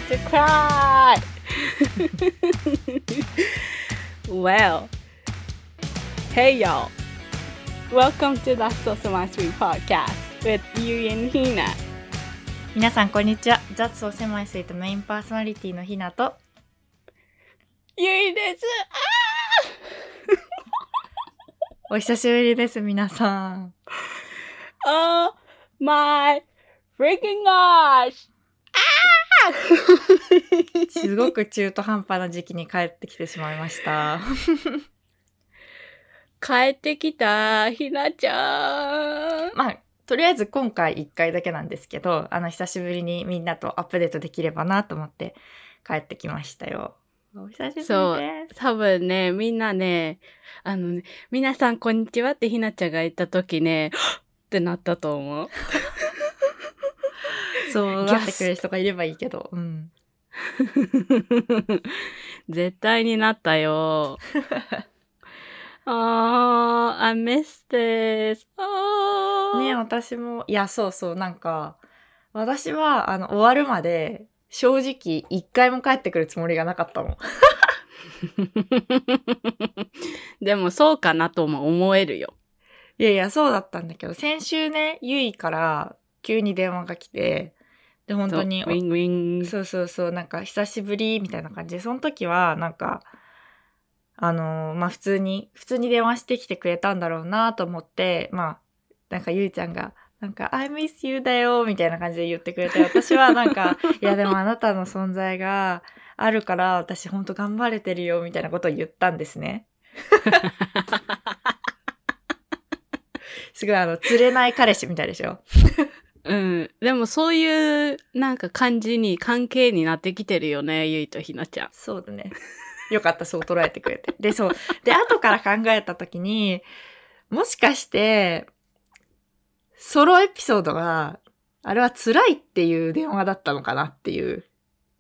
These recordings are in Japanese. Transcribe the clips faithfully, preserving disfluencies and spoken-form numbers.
to cry. Well, hey y'all. Welcome to That's So Sweet Podcast with Yui and Hina. 皆さんこんにちは。That's So Sweet メインパーソナリティのひなとゆいです。 お久しぶりです皆さん。 Oh my freaking gosh! すごく中途半端な時期に帰ってきてしまいました。 帰ってきたひなちゃん。 まあとりあえず今回いっかいだけなんですけど、あの久しぶりにみんなとアップデートできればなと思って帰ってきましたよ。お久しぶりです。 そう、多分ね、みんなね、あのね、皆さんこんにちはってひなちゃんが言った時ね、ってなったと思う。 そうなってくれる人がいればいいけど、うん。 絶対になったよ。あー、I miss this. あー。 ね、私も、いや、そうそう、なんか、私は、あの、終わるまで、正直、一回も帰ってくるつもりがなかったの。 でも、そうかなとも思えるよ。 いやいや、そうだったんだけど、先週ね、ゆいから急に電話が来て、で、本当に、 ウィンウィン。 そうそうそう、なんか、久しぶり、みたいな感じで、その時は、なんか、あのー、まあ、普通に、普通に電話してきてくれたんだろうなと思って、まあ、なんかゆいちゃんが、なんか、I miss you だよ、みたいな感じで言ってくれて、私はなんか、いやでもあなたの存在があるから、私ほんと頑張れてるよ、みたいなことを言ったんですね。すごいあの、釣れない彼氏みたいでしょ。 うん。でもそういう、なんか感じに、関係になってきてるよね、ゆいとひなちゃん。 そうだね。よかった、そう捉えてくれて。で、そう。で、後から考えたときに、もしかして、ソロエピソードが、あれは辛いっていう電話だったのかなっていう。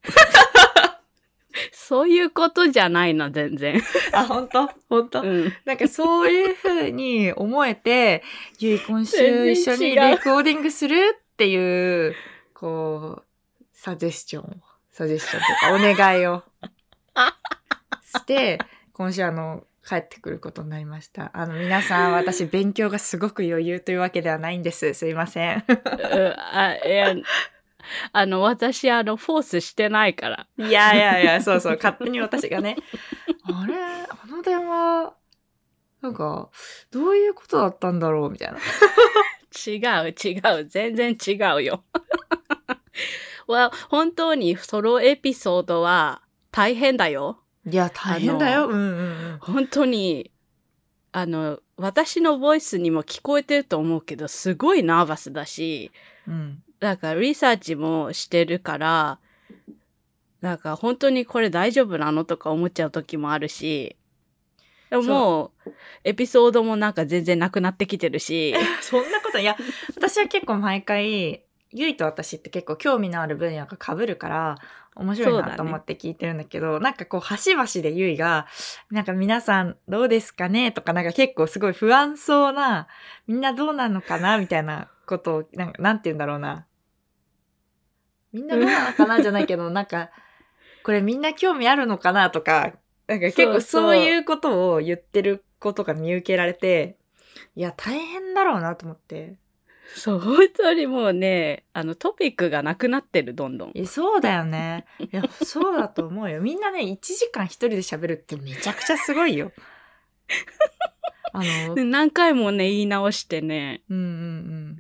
そういうことじゃないの、全然。 あ、ほんとほんと、うん、なんかそういう風に思えて、ゆい今週一緒にレコーディングするっていう、こう、サジェスチョン、サジェスチョンというかお願いをして、今週あの、帰ってくることになりました。あの、皆さん、私、勉強がすごく余裕というわけではないんです。すいません。 あ、いや、あの、私、あの、フォースしてないから。 いやいやいや、そうそう、勝手に私がね、あれあの電話、なんか、どういうことだったんだろうみたいな。 違う、違う、全然違うよ。well, 本当にソロエピソードは大変だよ。 いや、大変だよ。うんうんうん。 本当に、あの、私のボイスにも聞こえてると思うけど、すごいナーバスだし、 うん。 なんかリサーチもしてるから、なんか本当にこれ大丈夫なのとか思っちゃう時もあるし、でももう、エピソードもなんか全然なくなってきてるし。 そんなこと、いや、私は結構毎回、ゆいと私って結構興味のある分野が被るから、面白いなと思って聞いてるんだけど、ね、なんかこう、端々でゆいが、なんか皆さんどうですかねとか、なんか結構すごい不安そうな、みんなどうなのかなみたいなことを、なんか、なんて言うんだろうな。みんなどうなのかなじゃないけど、なんか、これみんな興味あるのかなとか、なんか結構そういうことを言ってることが見受けられて、いや、大変だろうなと思って。 そう、本当にもうね、あの、トピックがなくなってる、どんどん。 え、そうだよね。いや、そうだと思うよ。みんなね、いちじかん一人で喋るってめちゃくちゃすごいよ。 あの、何回もね、言い直してね。 うんうんうん。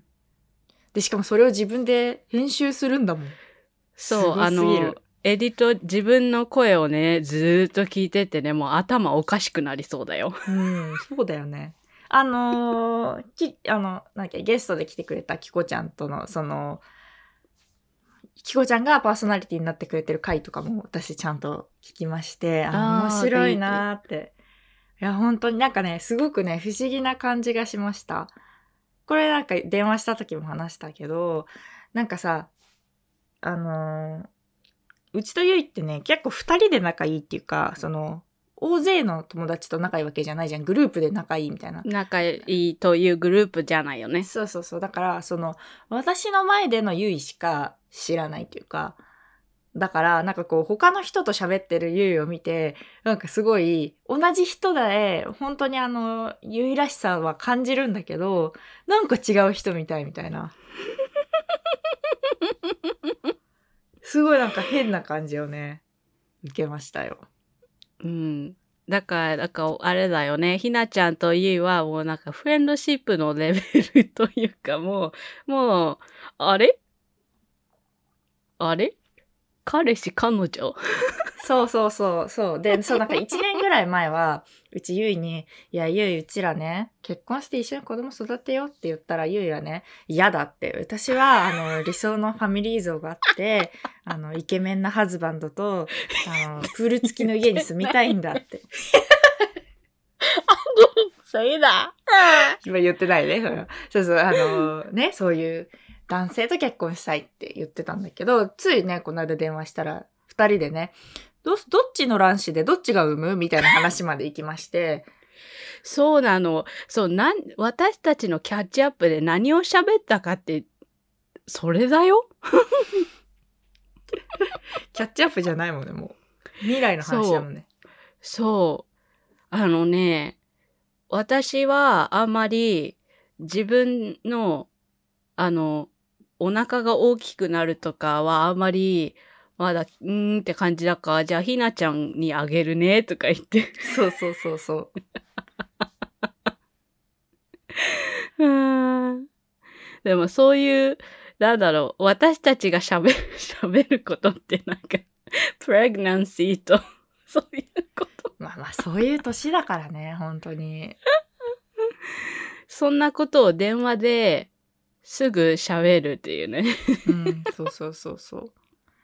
で、しかもそれを自分で編集するんだもん。 そう、あの、エディト、自分の声をね、ずーっと聞いててね、もう頭おかしくなりそうだよ。 うん、そうだよね。あのー、き、あの、なんかゲストで来てくれたキコちゃんとの、その、キコちゃんがパーソナリティになってくれてる回とかも私ちゃんと聞きまして、あ、面白いなーって。いや、本当になんかね、すごくね、不思議な感じがしました。これなんか電話した時も話したけど、なんかさ、あのー、うちとゆいってね、結構二人で仲いいっていうか、その、大勢の友達と仲いいわけじゃないじゃん。グループで仲いいみたいな。 仲いいというグループじゃないよね。 そうそうそう。だから、その、私の前でのゆいしか知らないというか、 だから、なんかこう、他の人と喋ってるゆいを見て、なんかすごい、同じ人で、本当にあの、ゆいらしさは感じるんだけど、なんか違う人みたいみたいな。すごいなんか変な感じをね、受けましたよ。 うん。だから、なんか、あれだよね。ひなちゃんとゆいは、もうなんか、フレンドシップのレベルというか、もう、もう、あれあれ彼氏、彼女そうそうそう、そう。で、そうなんかいちねんぐらい前は、うちゆいに、いや、ゆい、うちらね、結婚して一緒に子供育てようって言ったら、ゆいはね、嫌だって。私は、あの、理想のファミリー像があって、あの、イケメンなハズバンドと、あの、プール付きの家に住みたいんだって。 そういうだ。 今言ってないね、それは。そうそう、あの、ね、そういう男性と結婚したいって言ってたんだけど、ついね、この間電話したら、二人でね、ど、どっちの卵子でどっちが産むみたいな話まで行きまして。 そうなの。そう、なん、私たちのキャッチアップで何を喋ったかって、それだよ。 キャッチアップじゃないもんね、もう。未来の話だもんね。 そう。そうあのね、私はあんまり自分の、あの、お腹が大きくなるとかはあんまり、まだ、うーんって感じだから、じゃあひなちゃんにあげるね、とか言って。 そうそうそうそう。 うーんでもそういう、なんだろう、私たちが喋る、喋ることってなんか、プレグナンシーと、そういうこと。 まあまあ、そういう年だからね、本当に。 そんなことを電話ですぐ喋るっていうね。 うん、そうそうそうそう。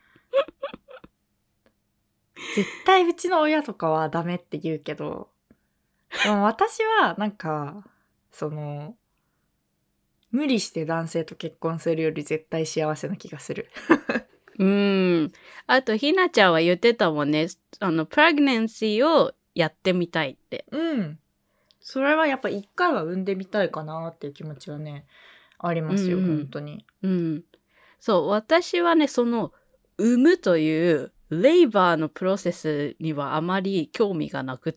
絶対うちの親とかはダメって言うけど、でも私はなんか、その、無理して男性と結婚するより絶対幸せな気がする。 うーん。あと、ひなちゃんは言ってたもんね。あの、プレグナンシーをやってみたいって。 うん。それはやっぱ一回は産んでみたいかなっていう気持ちはね、ありますよ、 うんうん本当に。 うん。そう、私はね、その、産むという、レイバーのプロセスにはあまり興味がなくって、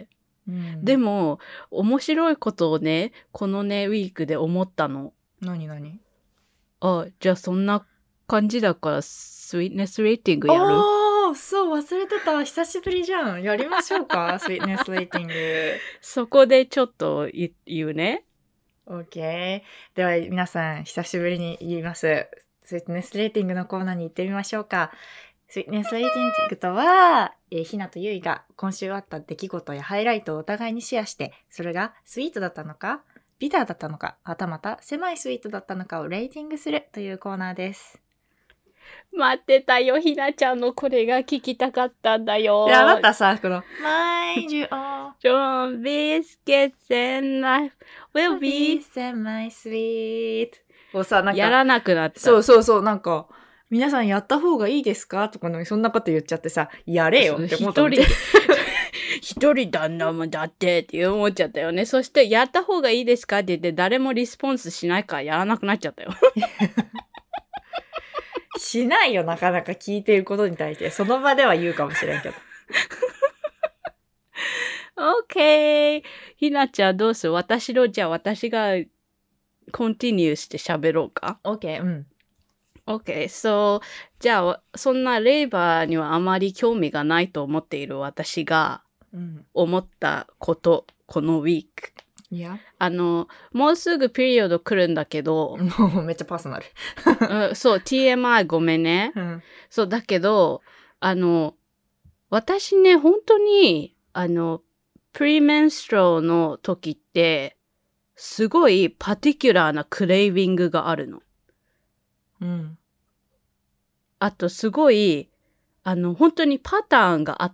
うん、 でも、面白いことをね、このね、ウィークで思ったの。 何何あ、じゃあそんな感じだから、スイートネスレーティングやるああ、そう、忘れてた。久しぶりじゃん。やりましょうか、スイートネスレーティング。 そこでちょっと言言うね。 OK。では、皆さん、久しぶりに言います。スイートネスレーティングのコーナーに行ってみましょうか。スイートネスレーティングとは、えー、ひなとゆいが今週あった出来事やハイライトをお互いにシェアして、それがスイートだったのか、ビターだったのか、はたまた狭いスイートだったのかをレーティングするというコーナーです。 待ってたよ、ひなちゃんのこれが聞きたかったんだよ。 いや、あなたさ、この、Mind you all, John biscuits and life will be semi sweet をさ、なんか、 やらなくなった。 そうそうそう、なんか、皆さんやった方がいいですかとかのそんなこと言っちゃってさ、やれよって思ったもん。 一人、一人だんだもんだってって思っちゃったよね。そして、やった方がいいですかって言って、誰もリスポンスしないからやらなくなっちゃったよ。 しないよ、なかなか聞いてることに対して。その場では言うかもしれんけど。 オッケー。ひなちゃんどうする私の、じゃあ私がコンティニューして喋ろうか。 OK、うん。 OK, so, じゃあ、そんなレイバーにはあまり興味がないと思っている私が思ったこと、うん、このウィーク。 いや。 あの、もうすぐピリオド来るんだけど。 もうめっちゃパーソナル。 うん、そう、ティーエムアイ ごめんね。 うん、 そう、だけど、あの、私ね、本当に、あの、プリメンストローの時って、すごいパティキュラーなクレイビングがあるの。 うん。 あと、すごい、あの、本当にパターンがあって、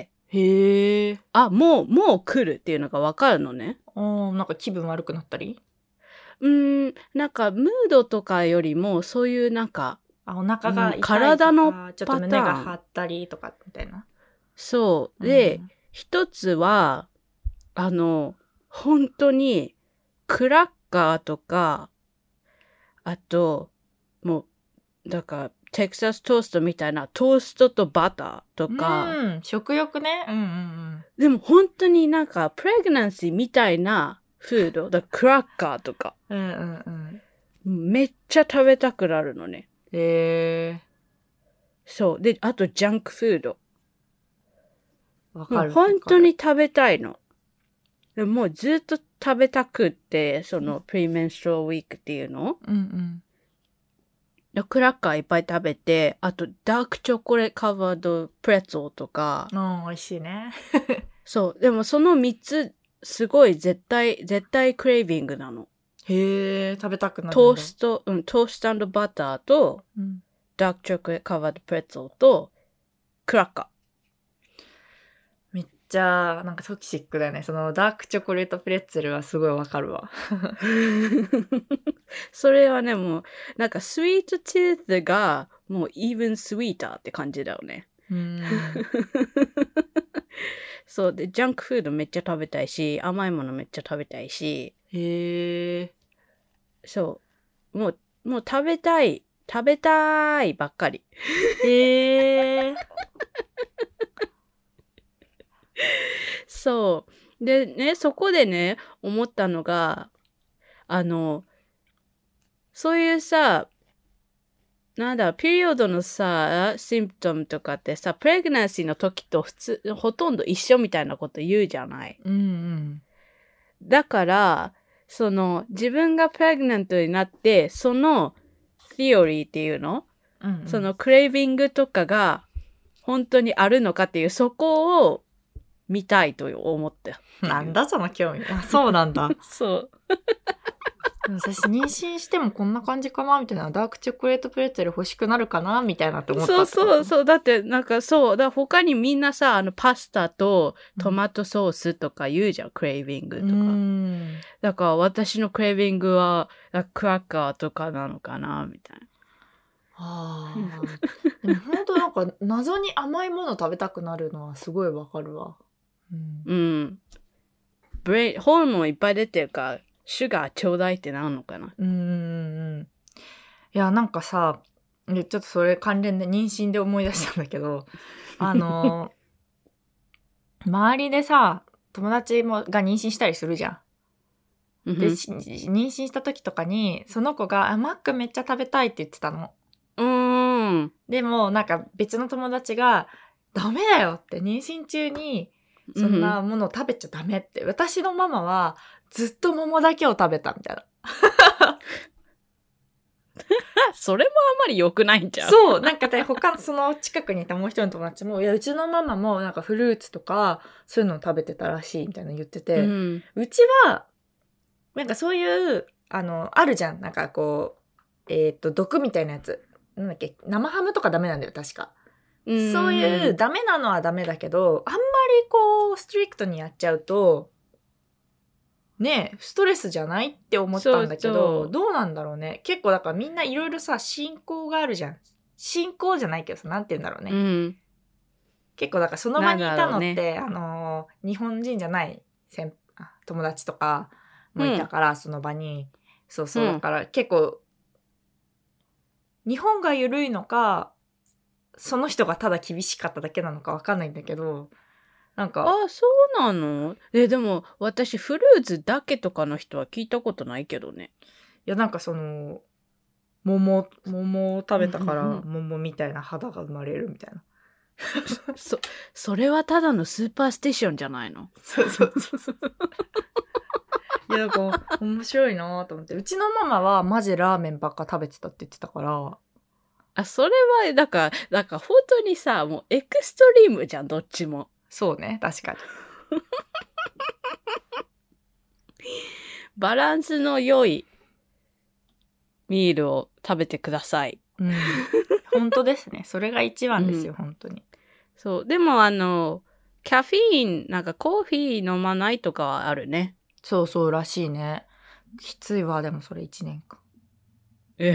へえ。 あ、もう、もう来るっていうのがわかるのね。 ああ、なんか気分悪くなったりうーん、なんか、ムードとかよりも、そういうなんか、 あ、お腹が痛いとか、うん、 体のパターン。 ちょっと胸が張ったりとか、みたいな。 そう。で、 うん、 一つは、あの、本当に、クラッカーとか、あと、もう、だから、 テキサストーストみたいなトーストとバターとか、 うん、食欲ね。うんうんうん。 でも本当になんかプレグナンシーみたいなフード、だクラッカーとか、 うんうんうん。 めっちゃ食べたくなるのね。 へえそう。で、あとジャンクフード。 ー。わかる。 もう本当に食べたいの。でもうずっと食べたくって、そのプリメンストラルウィークっていうの。 うんうん。 クラッカーいっぱい食べて、あとダークチョコレートカバードプレッツォとか。 うん、美味しいね。 そう。でもそのみっつ、すごい絶対、絶対クレービングなの。 へえ、食べたくなるんだ。 トースト、うん、トースト&バターと、 うん、 ダークチョコレートカバードプレッツォと、クラッカー。 めっちゃ、なんかトキシックだよね。そのダークチョコレートプレッツェルはすごいわかるわ。 それはね、もう、なんかスイートトゥースが、もう even sweeter って感じだよね。 うん。 そうで、ジャンクフードめっちゃ食べたいし、甘いものめっちゃ食べたいし、 へえ。 そう。もう、もう食べたい、食べたいばっかり。 へえ。 そう。でね、そこでね、思ったのが、あの、そういうさ、なんだ、ピリオドのさ、シンプトムとかってさ、プレグナンシーの時と普通、ほとんど一緒みたいなこと言うじゃない。 うんうん。 だから、その、自分がプレグナントになって、その、ティオリーっていうの、 うんうん、 そのクレービングとかが、本当にあるのかっていう、そこを見たいと思った。 なんだその興味。あ、そうなんだ。 そう。 私妊娠してもこんな感じかなみたいな。ダークチョコレートプレッツェル欲しくなるかなみたいなって思ったってそうそうそう。だってなんかそう。だ他にみんなさ、あのパスタとトマトソースとか言うじゃん。クレービングとか。 うんだから私のクレービングはクラッカーとかなのかなみたいな。 ああ。でも本当なんか謎に甘いもの食べたくなるのはすごいわかるわ。 うん。うん、ブレイホルモンいっぱい出てるから、シュガーちょうだいってなるのかな。 うんうんうん。いや、なんかさ、ちょっとそれ関連で妊娠で思い出したんだけど、あの、周りでさ、友達もが妊娠したりするじゃん。で、妊娠した時とかに、その子が、マックめっちゃ食べたいって言ってたの。 うーん。 でも、なんか別の友達が、ダメだよって、妊娠中に、そんなものを食べちゃダメって。私のママは、ずっと桃だけを食べたみたいな。 それもあんまり良くないんじゃん。 そう、なんかね、他のその近くにいたもう一人の友達も、いや、うちのママもなんかフルーツとか、そういうのを食べてたらしいみたいなの言ってて、 うん、 うちは、なんかそういう、あの、あるじゃん。なんかこう、えっと、毒みたいなやつ。なんだっけ、生ハムとかダメなんだよ、確か。 うん、 そういうダメなのはダメだけど、あんまりこう、ストリクトにやっちゃうと、ねえ、ストレスじゃないって思ったんだけど、 そうそう、 どうなんだろうね。結構だからみんないろいろさ、信仰があるじゃん。信仰じゃないけどさ、なんて言うんだろうね。 うん、 結構だからその場にいたのって、 ね、 あのー、日本人じゃない先友達とかもいたから、うん、その場に。そうそう、だから結構、日本が緩いのか、その人がただ厳しかっただけなのかわかんないんだけど、なんか。 あ、そうなの？え、でも私フルーツだけとかの人は聞いたことないけどね。 いや、なんかその、桃、桃を食べたから桃みたいな肌が生まれるみたいな。 そ、それはただのスーパーステーションじゃないの？ そうそうそうそう。いや、なんか面白いなと思って。うちのママはマジラーメンばっか食べてたって言ってたから。 あ、それは、だから、だから本当にさ、もうエクストリームじゃん、どっちも。 そうね、確かに。 バランスの良いミールを食べてください。 うん。本当ですね。それが一番ですよ、うん、本当に。 そう。でもあの、カフェイン、なんかコーヒー飲まないとかはあるね。 そうそうらしいね。きついわ、でもそれ一年間。 え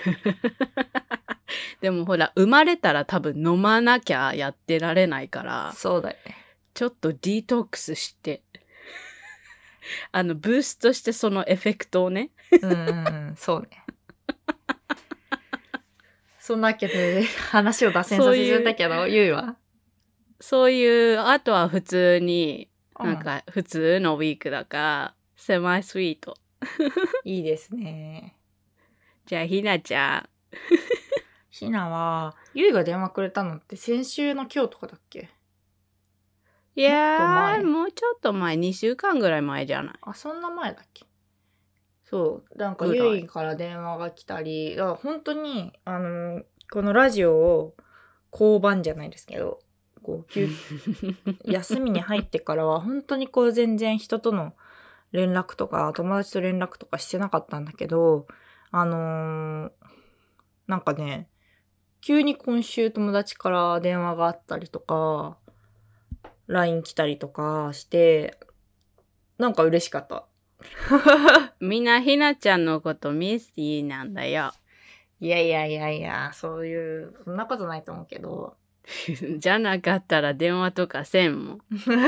でもほら、生まれたら多分飲まなきゃやってられないから。 そうだよね。 ちょっとディトックスして、あの、ブーストしてそのエフェクトをね。 うんうんうん、そうね。 そんなわけで話を脱線させちゃったけど、ゆいはそういう、あとは普通に、 うんなんか普通のウィークだから、セマイスイート。 いいですね。 じゃあ、ひなちゃん。 ひなは、ゆいが電話くれたのって先週の今日とかだっけ？ いやもっと前ー、もうちょっと前、にしゅうかんぐらい前じゃない。 あ、そんな前だっけ？そう。なんかぐらいゆいから電話が来たり、だから本当に、あの、このラジオを交番じゃないですけど、こう、休休みに入ってからは本当にこう全然人との連絡とか友達と連絡とかしてなかったんだけど、あのーなんかね、急に今週友達から電話があったりとか、ライン 来たりとかして、なんか嬉しかった。 みんなひなちゃんのことミスティなんだよ。 いやいやいやいや、そういう、そんなことないと思うけど。 じゃなかったら電話とかせんもん。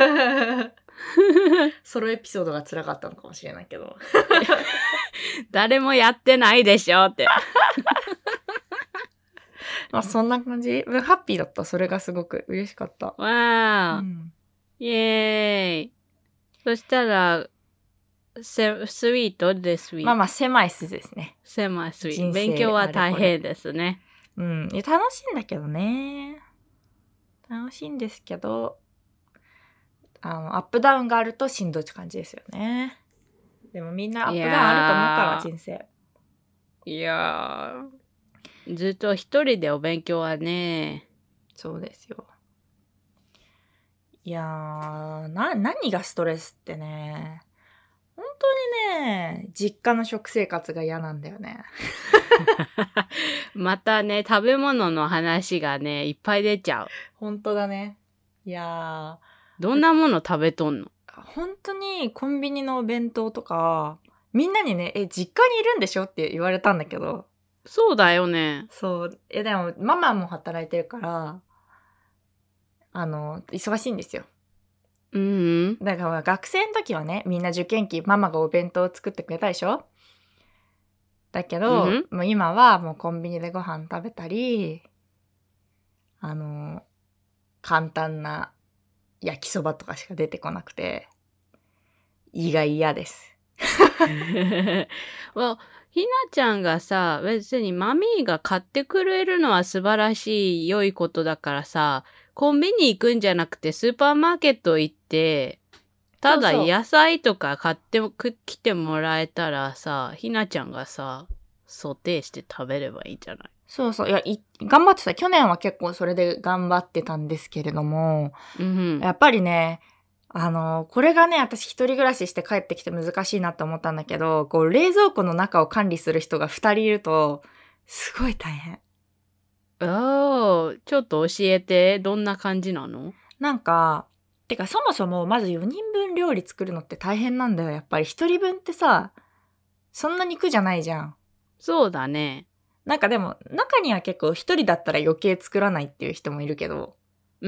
ソロエピソードが辛かったのかもしれないけど。 誰もやってないでしょって。 まあそんな感じ。ハッピーだった。それがすごく嬉しかった。 わー、 うん、 イエーイ。そしたら、セスイートでスイート。 まあまあ狭い巣ですね。 狭いスイート。 人生勉強は大変ですね。 うん。いや楽しいんだけどね。楽しいんですけど、あの、アップダウンがあるとしんどいって感じですよね。でもみんなアップダウンあると思うから、人生。 いやー、ずっと一人でお勉強はね。 そうですよ。いやー、な、何がストレスってね、本当にね、実家の食生活が嫌なんだよね。 またね、食べ物の話がね、いっぱい出ちゃう。 本当だね。いやー。 どんなもの食べとんの？ 本当にコンビニのお弁当とか、みんなにね、え、実家にいるんでしょって言われたんだけど。 そうだよね。 そう。え、でも、ママも働いてるから、あの、忙しいんですよ。 うん、 だから学生の時はね、みんな受験期、ママがお弁当を作ってくれたでしょ？だけど、 うん、 もう今はもうコンビニでご飯食べたり、あの、簡単な焼きそばとかしか出てこなくて、胃が嫌です。 well, ひなちゃんがさ、別にマミーが買ってくれるのは素晴らしい良いことだからさ、コンビニ行くんじゃなくてスーパーマーケット行って、ただそうそう野菜とか買ってきてもらえたらさ、ひなちゃんがさ、ソテーして食べればいいんじゃない？ そうそう。いや、い、頑張ってた。去年は結構それで頑張ってたんですけれども、 うん、 やっぱりね、あの、これがね、私一人暮らしして帰ってきて難しいなって思ったんだけど、こう、冷蔵庫の中を管理する人が二人いると、すごい大変。 ああ、ちょっと教えて。どんな感じなの？ なんか、てかそもそもまずよにんぶん料理作るのって大変なんだよ。やっぱり一人分ってさ、そんなに苦じゃないじゃん。 そうだね。 なんかでも、中には結構一人だったら余計作らないっていう人もいるけど。 うん。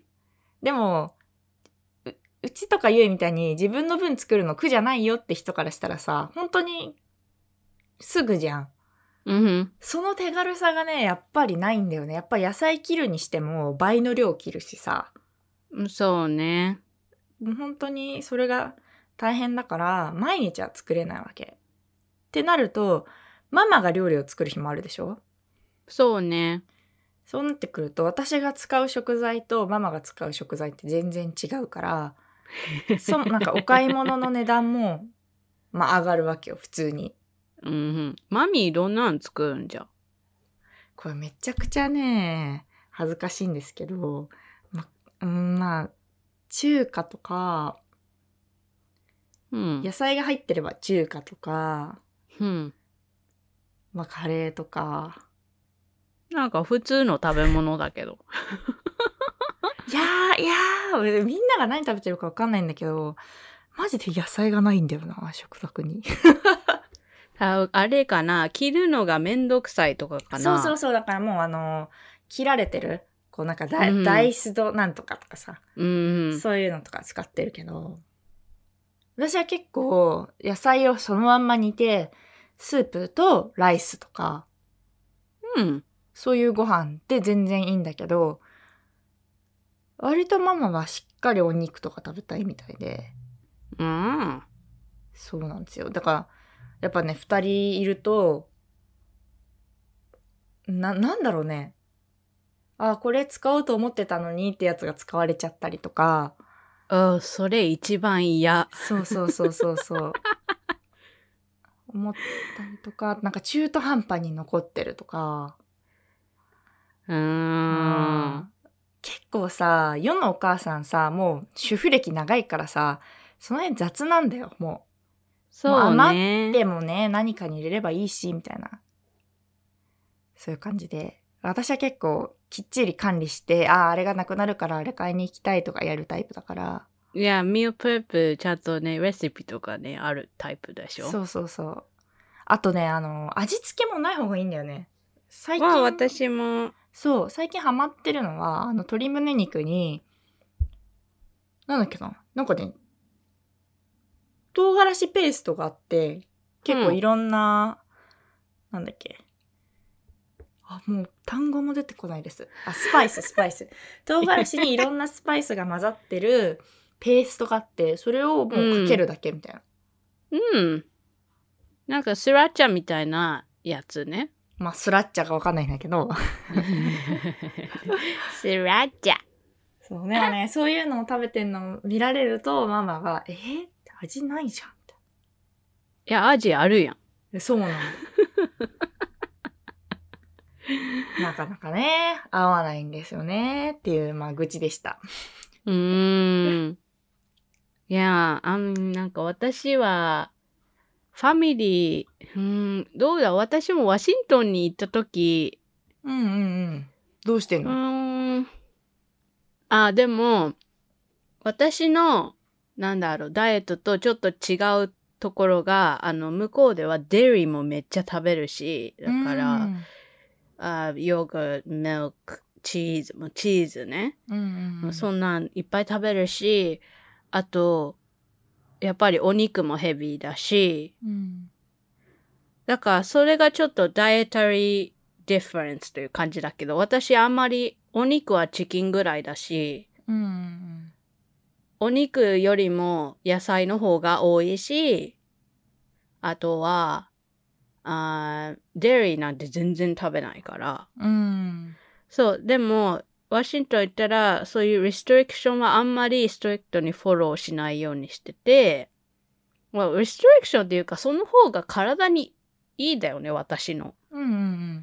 でも、う、うちとかゆいみたいに自分の分作るの苦じゃないよって人からしたらさ、本当にすぐじゃん。 うん。 その手軽さがね、やっぱりないんだよね。やっぱ野菜切るにしても倍の量切るしさ。 そうね。 本当にそれが大変だから、毎日は作れないわけ。ってなると、ママが料理を作る日もあるでしょ？ そうね。 そうなってくると、私が使う食材とママが使う食材って全然違うから、そなんかお買い物の値段も、まあ上がるわけよ、普通に。 うん。マミーどんなん作るんじゃ？ これめちゃくちゃね、恥ずかしいんですけど、ま、うん、まあ、中華とか、 うん。 野菜が入ってれば中華とか、 うん。 まあカレーとか。 なんか普通の食べ物だけど。 いやー、いやー、みんなが何食べてるかわかんないんだけど、マジで野菜がないんだよな、食卓に。 あ、あれかな、切るのがめんどくさいとかかな。 そうそうそう、だからもうあの、切られてる、こうなんかダイ、 うんダイスドなんとかとかさ、 うん。 そういうのとか使ってるけど、私は結構野菜をそのまんま煮て、スープとライスとか、 うん。 そういうご飯って全然いいんだけど、割とママはしっかりお肉とか食べたいみたいで。 うん。 そうなんですよ。だから、やっぱね、二人いると、な、なんだろうね。あ、これ使おうと思ってたのにってやつが使われちゃったりとか。 あ、それ一番嫌。 そうそうそうそうそう。思ったりとか、なんか中途半端に残ってるとか。 うーん。 結構さ、世のお母さんさ、もう主婦歴長いからさ、その辺雑なんだよ、もう。 そうもう余ね。 ってもね、何かに入れればいいし、みたいな。そういう感じで。私は結構きっちり管理して、ああ、あれがなくなるからあれ買いに行きたいとかやるタイプだから。 いや、ミールプレップちゃんとね、レシピとかね、あるタイプでしょ。 そうそうそう。あとね、あの、味付けもない方がいいんだよね。最近。 は、私も。 そう、最近ハマってるのは、あの、鶏胸肉に、なんだっけな、なんかね、唐辛子ペーストがあって、結構いろんな、うん、なんだっけ。あ、もう単語も出てこないです。あ、スパイス、スパイス。唐辛子にいろんなスパイスが混ざってるペーストがあって、それをもうかけるだけみたいな。 うん。うん、なんかスラッチャみたいなやつね。 まあ、スラッチャかわかんないんだけど。 スラッチャ。 そうね、ね、そういうのを食べてんのを見られると、ママが、えー、味ないじゃん。いや、味あるやん。そうなんだ。なかなかね、合わないんですよね、っていう、まあ、愚痴でした。 うーん。いや、あの、なんか私は、ファミリー、うん、どうだ、私もワシントンに行った時、 うんうんうん。どうしてんの？ うーん。あ、でも、私の、なんだろう、ダイエットとちょっと違うところが、あの、向こうではデリーもめっちゃ食べるし、だから、あヨーグルト、ミルク、チーズ、もうチーズね。 うんうんうん、 そんなんいっぱい食べるし、あと、やっぱりお肉もヘビーだし、 うん、 だからそれがちょっとダイエタリーディフェレンスという感じだけど、私あんまりお肉はチキンぐらいだし、 うんうん、 お肉よりも野菜の方が多いし、あとは、あデリーなんて全然食べないから。 うん、 そう、でも、ワシントン行ったら、そういうリストリクションはあんまりストリクトにフォローしないようにしてて、まあ、リストリクションっていうか、その方が体にいいだよね、私の。 うんうんうん。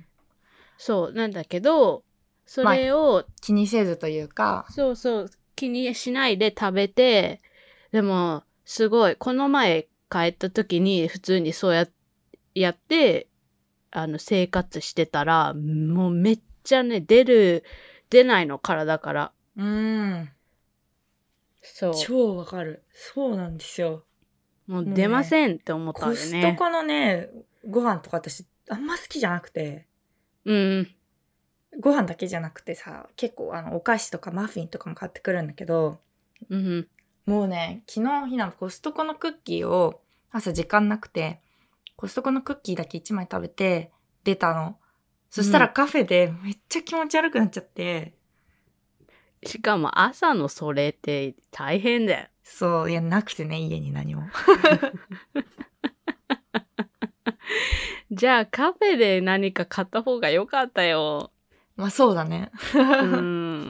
そう、なんだけど、それを、 まあ、気にせずというか。 そうそう、気にしないで食べて、でも、すごい、この前帰った時に普通にそうや、やって、あの、生活してたら、もうめっちゃね、出る、出ないの、体から。 うん。 そう。 超わかる。そうなんですよ。 もう出ませんって思ったよね。 コストコのね、ご飯とか私、あんま好きじゃなくて。 うん。 ご飯だけじゃなくてさ、結構あの、お菓子とかマフィンとかも買ってくるんだけど、 うん。 もうね、昨日ひなコストコのクッキーを朝時間なくて、コストコのクッキーだけいちまい食べて出たの。そしたらカフェでめっちゃ気持ち悪くなっちゃって。 うん、しかも朝のそれって大変だよ。 そう、いや、なくてね、家に何も。 じゃあカフェで何か買った方が良かったよ。 まあそうだね。 うん。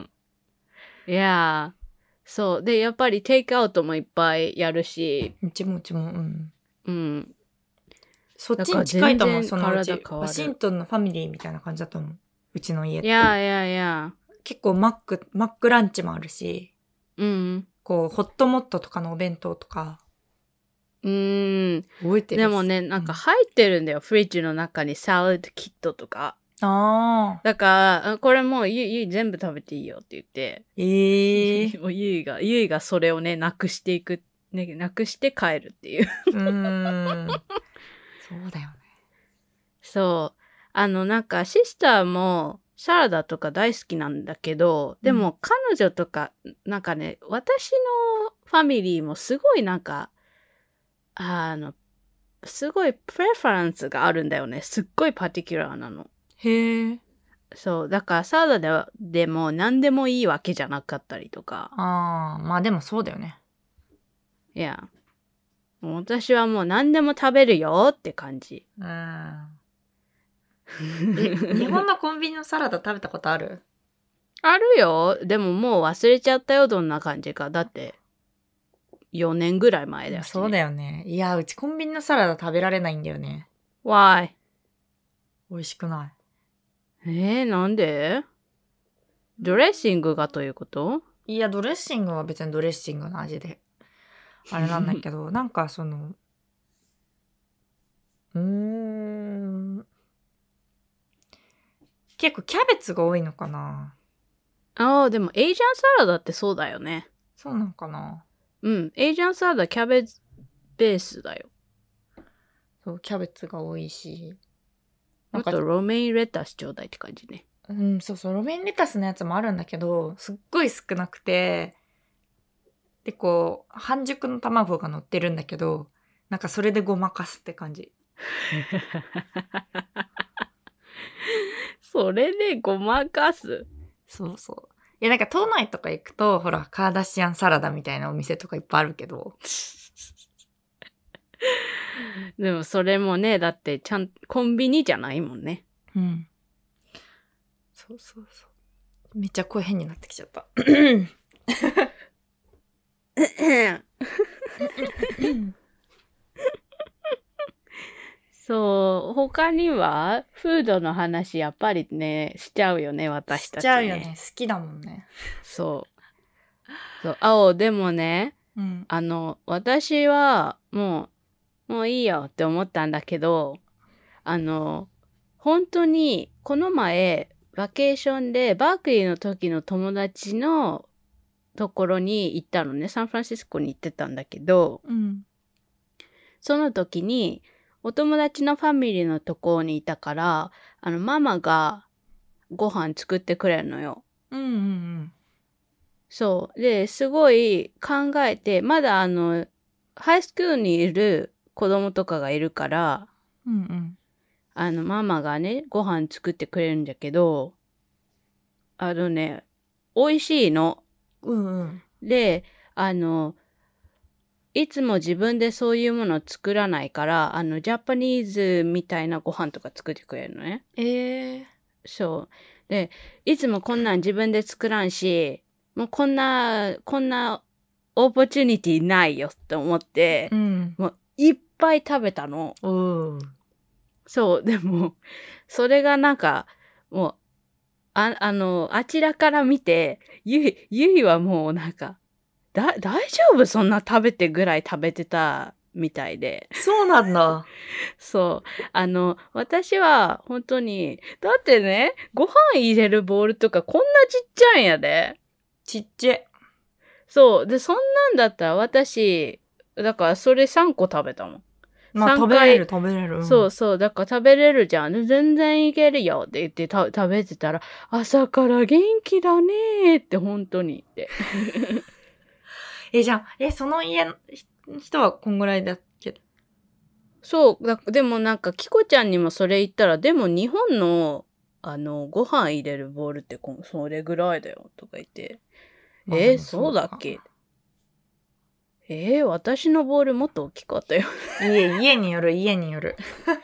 いやー、そう。で、やっぱりテイクアウトもいっぱいやるし。 うちもうちも、うん。 うん。 そっちに近いと思う、そのうち。ワシントンのファミリーみたいな感じだと思う。うちの家って。 いやいやいや。 結構マック、マックランチもあるし。 うん。 こう、ホットモットとかのお弁当とか。 うーん。 覚えてる？ でもね、なんか入ってるんだよ。うん、フリッジの中にサラダキットとか。 ああ。 だから、これもうゆい、ゆい全部食べていいよって言って。 ええー。 もうゆいが、ゆいがそれをね、なくしていく、ね、なくして帰るっていう。 うーん。そうだよね。 そう。あの、なんか、シスターも、サラダとか大好きなんだけど、でも、彼女とか、なんかね、私のファミリーもすごいなんか、あの、すごいプレファレンスがあるんだよね。すっごいパティキュラーなの。 へえ。 そう。だからサラダで、でも何でもいいわけじゃなかったりとか。 ああ、まあでもそうだよね。 いや。もう私はもう何でも食べるよって感じ。 うん。え、日本のコンビニのサラダ食べたことある？ あるよ。でももう忘れちゃったよ、どんな感じか。だって、よねんぐらい前だよ、ね。 そうだよね。いや、うちコンビニのサラダ食べられないんだよね。 Why? 美味しくない。 えー、なんで？ドレッシングがということ？ いや、ドレッシングは別にドレッシングの味で。あれなんだけど、なんかその、うーん。結構キャベツが多いのかな。 ああ、でもエイジャンサラダってそうだよね。 そうなのかな。 うん。エイジャンサラダキャベツベースだよ。 そう、キャベツが多いし。 あとロメインレタスちょうだいって感じね。 うん、そうそう、ロメインレタスのやつもあるんだけど、すっごい少なくて、で、こう、半熟の卵が乗ってるんだけど、なんかそれでごまかすって感じ。 それでごまかす。 そうそう。いや、なんか都内とか行くと、ほら、カーダシアンサラダみたいなお店とかいっぱいあるけど。 でもそれもね、だってちゃん、コンビニじゃないもんね。 うん。そうそうそう。めっちゃ声変になってきちゃった。 そう、他には、フードの話やっぱりね、しちゃうよね、私たち、ね。 しちゃうよね。好きだもんね。 そう。そう、あお、でもね、 うん、 あの、私は、もう、もういいよって思ったんだけど、あの、本当に、この前、バケーションで、バークリーの時の友達のところに行ったのね。サンフランシスコに行ってたんだけど、 うん、 その時に、お友達のファミリーのところにいたから、あの、ママがご飯作ってくれるのよ。 うん、うん。 そう。で、すごい考えて、まだあの、ハイスクールにいる子供とかがいるから、 うん、うん。 あの、ママがね、ご飯作ってくれるんだけど、あのね、美味しいの。 うんうん。 で、あの、いつも自分でそういうものを作らないから、あの、ジャパニーズみたいなご飯とか作ってくれるのね。 えー。 そう。で、いつもこんなん自分で作らんし、もうこんな、こんなオポチュニティないよって思って、 うん。 もういっぱい食べたの。 うん。 そう、でも、それがなんか、もう、あ、あの、あちらから見て、ゆい、ゆいはもうなんか、だ、大丈夫そんな食べてぐらい食べてたみたいで。 そうなんだ。 そう。あの、私は本当に、だってね、ご飯入れるボウルとかこんなちっちゃいんやで。 ちっちゃい。 そう。で、そんなんだったら私、だからそれさんこ食べたもん。 まあ、 さん食べれる、食べれる。うん、 そうそう。だから食べれるじゃん。で全然いけるよって言ってた食べてたら、朝から元気だねーって本当に言って。 え、じゃあ、え、その家の人はこんぐらいだっけ？ そう。だでもなんか、キコちゃんにもそれ言ったら、でも日本の、あの、ご飯入れるボウルってこそれぐらいだよとか言って。 まあえー、そうだっけ？えー、私のボウルもっと大きかったよ。 家、家による、家による。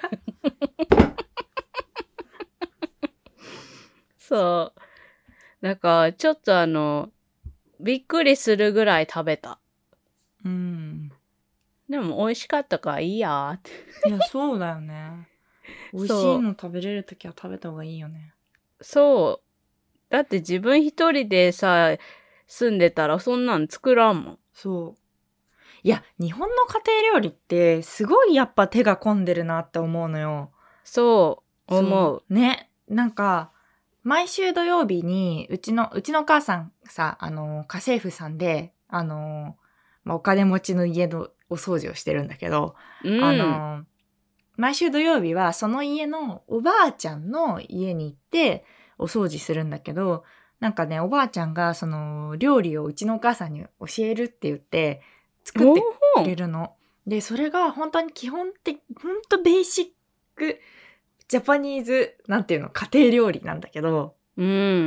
そう。だから、ちょっとあの、びっくりするぐらい食べた。 うん。 でも美味しかったからいいやーって。 いや、そうだよね。美味しいの食べれるときは食べた方がいいよね。 そう。だって自分一人でさ、住んでたらそんなん作らんもん。 そう。いや、日本の家庭料理ってすごいやっぱ手が込んでるなって思うのよ。 そう、思う。 ね。なんか、毎週土曜日に、うちの、うちのお母さんさ、あの、家政婦さんで、あの、まあ、お金持ちの家のお掃除をしてるんだけど、 うん、 あの、毎週土曜日はその家のおばあちゃんの家に行ってお掃除するんだけど、なんかね、おばあちゃんがその料理をうちのお母さんに教えるって言って、作ってくれるの。で、それが本当に基本的、本当ベーシック、 ジャパニーズ、なんていうの、家庭料理なんだけど、 うん。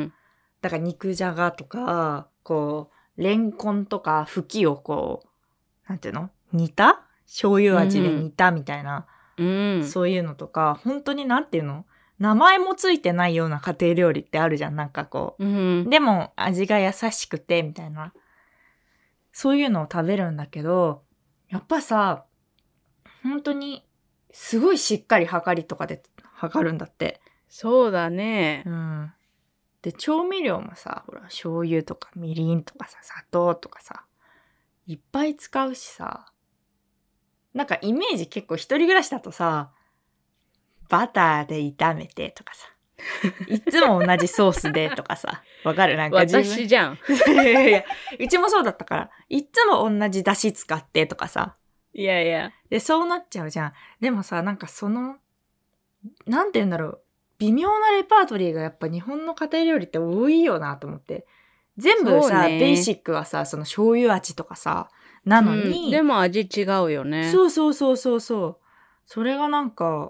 だから肉じゃがとか、こう、レンコンとか、ふきをこう、なんていうの煮た醤油味で煮たみたいな、 うん。 そういうのとか、本当になんていうの名前もついてないような家庭料理ってあるじゃん、なんかこう。 うん。 でも味が優しくて、みたいな。そういうのを食べるんだけど、やっぱさ、本当に、すごいしっかり量りとかで測るんだって。 そうだね。 うん。で、調味料もさ、ほら、醤油とかみりんとかさ、砂糖とかさ、いっぱい使うしさ、なんかイメージ結構一人暮らしだとさ、バターで炒めてとかさ、いつも同じソースでとかさ、わかるなんか自分。 私じゃん。 いやいや、うちもそうだったから、いつも同じ出汁使ってとかさ。 いやいや。 で、そうなっちゃうじゃん。でもさ、なんかその、なんて言うんだろう。微妙なレパートリーがやっぱ日本の家庭料理って多いよなと思って。全部さ、 ね、 ベーシックはさ、その醤油味とかさ、なのに、 うん、でも味違うよね。 そうそうそうそうそう。それがなんか、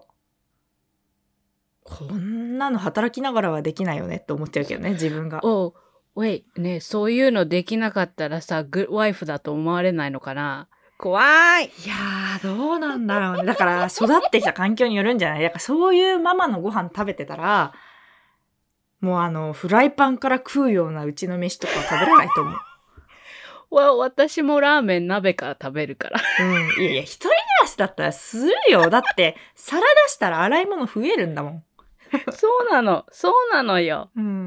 こんなの働きながらはできないよねって思っちゃうけどね、自分が。 おう、ウェイ、ね、そういうのできなかったらさ、グッドワイフだと思われないのかな。怖い。 いやー、どうなんだろうね。だから、育ってきた環境によるんじゃない？だからそういうママのご飯食べてたら、もうあの、フライパンから食うようなうちの飯とかは食べれないと思う。 わ、私もラーメン鍋から食べるから。 うん。いやいや、一人暮らしだったらするよ。だって、皿出したら洗い物増えるんだもん。 そうなの。そうなのよ。 うんうんうん。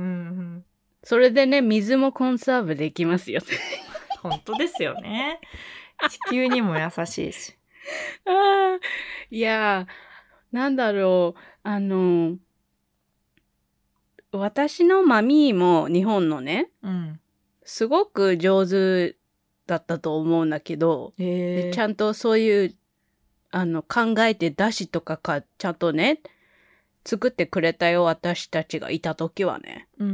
それでね、水もコンサーブできますよ。 本当ですよね。地球にも優しいし。 あいやー、なんだろう。あの、私のマミーも日本のね、 うん。 すごく上手だったと思うんだけど、 へー。 ちゃんとそういう、あの、考えてだしとかか、ちゃんとね、作ってくれたよ、私たちがいた時はね。 うんうん。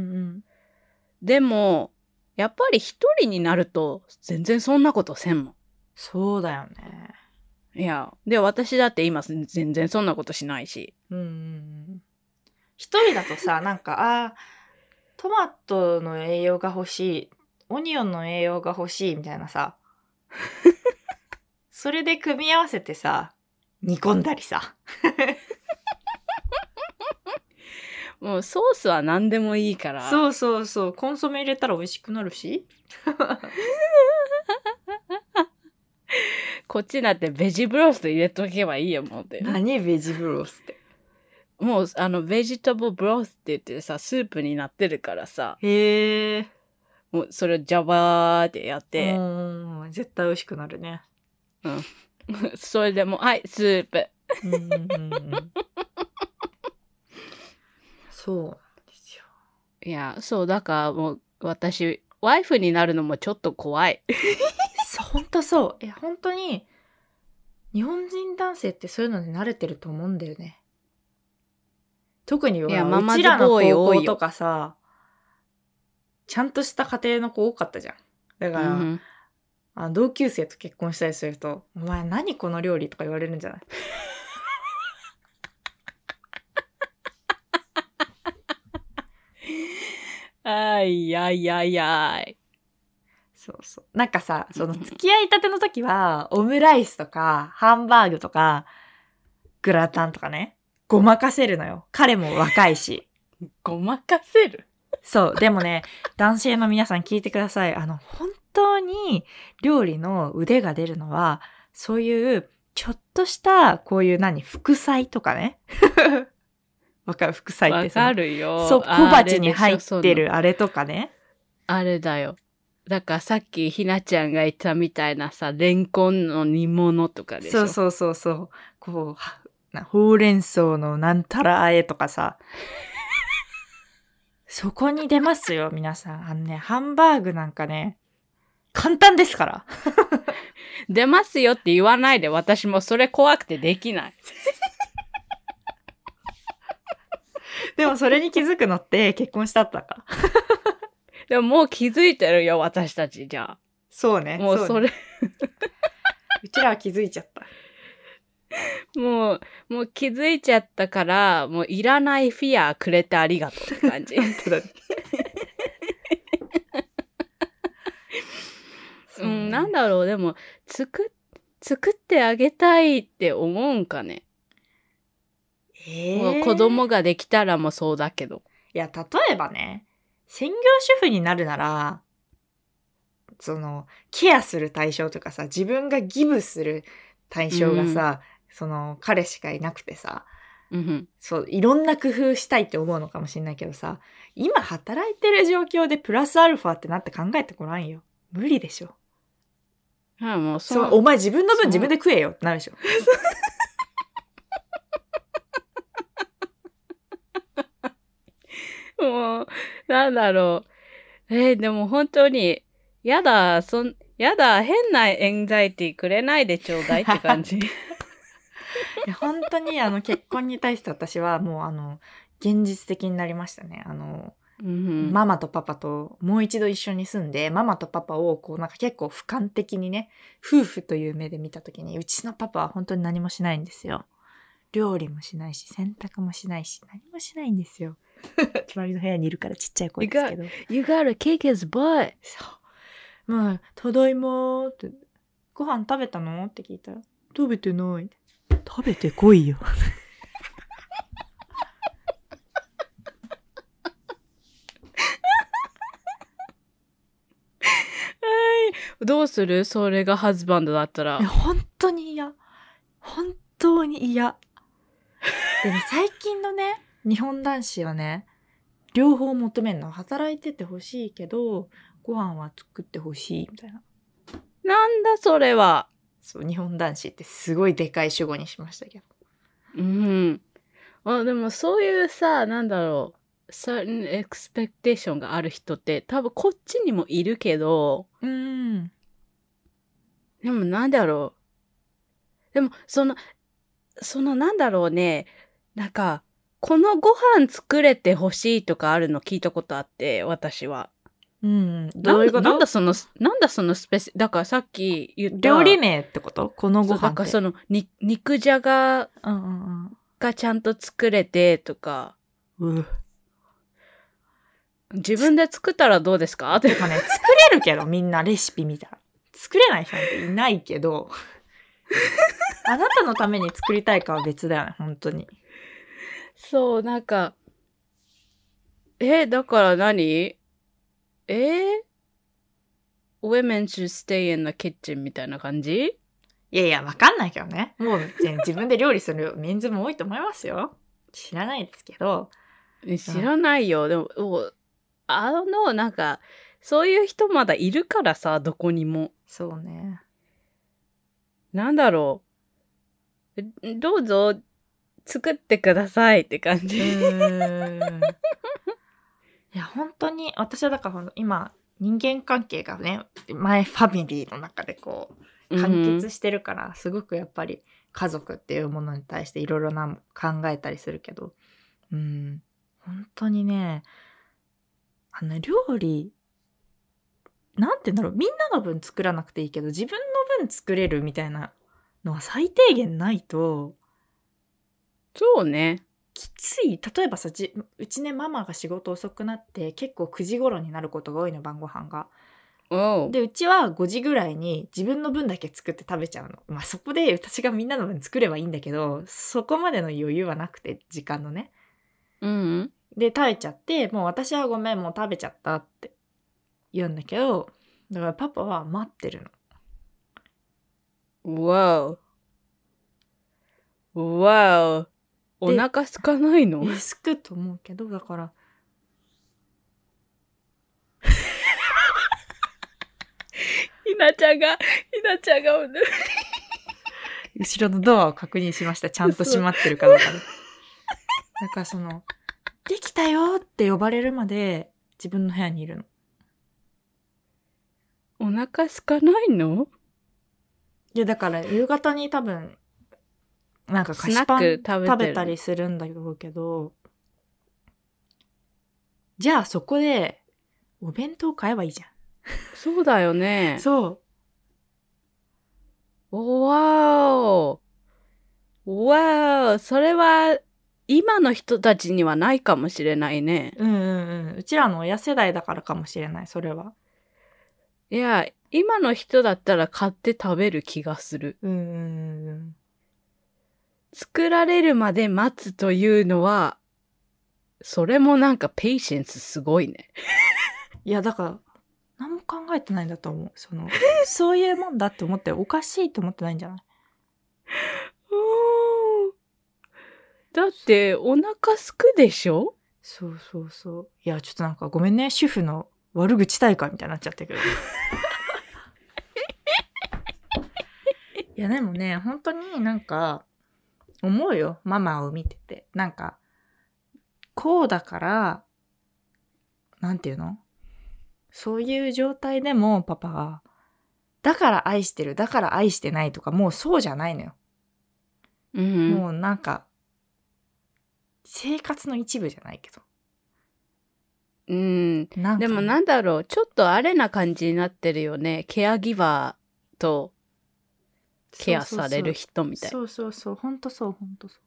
でも、やっぱり一人になると、全然そんなことせんもん。 そうだよね。 いや、で、私だって今全然そんなことしないし。 うんうんうん。一人だとさ、なんか、あ、トマトの栄養が欲しい、オニオンの栄養が欲しいみたいなさ。それで組み合わせてさ、煮込んだりさ。 もうソースは何でもいいから。 そうそうそう。コンソメ入れたら美味しくなるし。 こっちだってベジブロスト入れとけばいいよ、もうで。 何ベジブロスって。 もう、あの、ベジタブルブロスって言ってさ、スープになってるからさ。 へー。 もう、それをジャバーってやって。 うん。絶対美味しくなるね。 うん。それでもう、はい、スープ。 うんうんうんうんそうなんですよ。 いや、そう、だからもう、私、ワイフになるのもちょっと怖い。 ほんとそう。いや、本当に、日本人男性ってそういうのに慣れてると思うんだよね。特に、 いや、 うママズちらのボーイ高校と多いよ。 かさ、ちゃんとした家庭の子多かったじゃん。だから、 うんあ同級生と結婚したりすると、お前何この料理とか言われるんじゃない？ あいあいあいあい。 そうそう。なんかさ、その付き合いたての時は、オムライスとか、ハンバーグとか、グラタンとかね、ごまかせるのよ。彼も若いし。 ごまかせる？ そう。でもね、男性の皆さん聞いてください。あの、本当に料理の腕が出るのは、そういう、ちょっとした、こういう何、副菜とかね。わかる？副菜ってわかるよ。 そう、小鉢に入ってるあれとかね。 あれだよ。だからさっきひなちゃんが言ったみたいなさ、レンコンの煮物とかでしょ。 そうそうそうそう。こう、ほうれん草のなんたらあえとかさ。そこに出ますよ、皆さん。あのね、ハンバーグなんかね、簡単ですから。 出ますよって言わないで、私もそれ怖くてできない。 でもそれに気づくのって結婚したったから。 でももう気づいてるよ、私たちじゃあ。 そうね。 もうそれ。 うちらは気づいちゃった。 もう、もう気づいちゃったから、もういらないフィアくれてありがとうって感じ。 本当だね。 うん、なんだろう、でも、作、作ってあげたいって思うんかね。 えー、 もう子供ができたらもそうだけど。 いや、例えばね、専業主婦になるなら、その、ケアする対象とかさ、自分がギブする対象がさ、うん、その、彼しかいなくてさ、 うん、 そう、いろんな工夫したいって思うのかもしれないけどさ、今働いてる状況でプラスアルファってなって考えてごらんよ。無理でしょ。 はい、もうそそう、お前自分の分自分で食えよってなるでしょ。 もう、なんだろう。えー、でも本当に、やだ、そん、やだ、変なエンザイティくれないでちょうだいって感じ。 いや本当にあの結婚に対して私はもうあの、現実的になりましたね。あの、 うん、 ママとパパともう一度一緒に住んで、ママとパパをこうなんか結構俯瞰的にね、夫婦という目で見たときに、うちのパパは本当に何もしないんですよ。料理もしないし、洗濯もしないし、何もしないんですよ。隣の部屋にいるからちっちゃい声ですけど。 You gotta kick his butt. そう。まあ、ただいまーって、ご飯食べたのって聞いたら、食べてない。食べてこいよ。 どうする？それがハズバンドだったら。 本当に嫌。本当に嫌。でね、最近のね、日本男子はね、両方求めるの。働いててほしいけど、ご飯は作ってほしいみたいな。 なんだそれは。 そう、日本男子ってすごいでかい主語にしましたけど。 うん。あ、でもそういうさ、なんだろう。certain expectation がある人って多分こっちにもいるけど、 うん。 でもなんだろう。でもその、そのなんだろうね。なんか、このご飯作れてほしいとかあるの聞いたことあって、私は。 うん。どういうこと？ なんだその、なんだそのスペシ、だからさっき言った。 料理名ってこと？このご飯って。 そう、だからその、に、肉じゃがうんうんうん。 がちゃんと作れてとか。 う自分で作ったらどうですか？ てかね、作れるけど、みんなレシピ見たら。作れない人なんていないけど、あなたのために作りたいかは別だよね、本当に。 そう、なんか、え、だから何？え women should stay in the kitchen みたいな感じ？ いやいや、わかんないけどね。もう自分で料理するメンズも多いと思いますよ。知らないですけど。 知らないよ。でも、あの、なんか、そういう人まだいるからさ、どこにも。 そうね。 なんだろう。どうぞ、作ってくださいって感じ。 うーん。いや、本当に、私はだから今、人間関係がね、前ファミリーの中でこう、完結してるから、うん、すごくやっぱり家族っていうものに対していろいろな考えたりするけど、うん、本当にね、あの、料理、なんて言うんだろう、みんなの分作らなくていいけど、自分の分作れるみたいなのは最低限ないと、 そうね。 きつい。例えばさ、じうちね、ママが仕事遅くなって、結構くじ頃になることが多いの、晩ご飯が。で、うちはごじぐらいに自分の分だけ作って食べちゃうの。まあそこで私がみんなの分作ればいいんだけど、そこまでの余裕はなくて、時間のね。 うん。 で、食べちゃって、もう私はごめん、もう食べちゃったって言うんだけど、だからパパは待ってるの。わお。わお。お腹空かないの？ え、すくと思うけど、だから。 ひなちゃんが、ひなちゃんが、 後ろのドアを確認しました。ちゃんと閉まってるかどうかで。だからその、できたよって呼ばれるまで自分の部屋にいるの。 お腹空かないの？ いや、だから夕方に多分、なんか菓子パン食べたりするんだろうけど、じゃあそこでお弁当買えばいいじゃん。 そうだよね。 そう。 おわーお。 わー、それは今の人たちにはないかもしれないね。 うんうんうん。うちらの親世代だからかもしれない、それは。 いや、今の人だったら買って食べる気がする。 うんうんうん。 作られるまで待つというのは、それもなんかペイシェンスすごいね。 いや、だから、何も考えてないんだと思う。その、そういうもんだって思っておかしいと思ってないんじゃない？ だってお腹すくでしょ？ そうそうそう。いや、ちょっとなんかごめんね、主婦の悪口大会みたいになっちゃったけど。いや、でもね、本当になんか、思うよ、ママを見てて。なんか、こうだから、なんていうの？そういう状態でもパパが、だから愛してる、だから愛してないとか、もうそうじゃないのよ。 うん、 もうなんか、生活の一部じゃないけど。 うん。 なんかね、 でもなんだろう、ちょっとあれな感じになってるよね。ケアギバーとケアされる人みたい。 そうそうそう、ほんとそう、ほんとそう。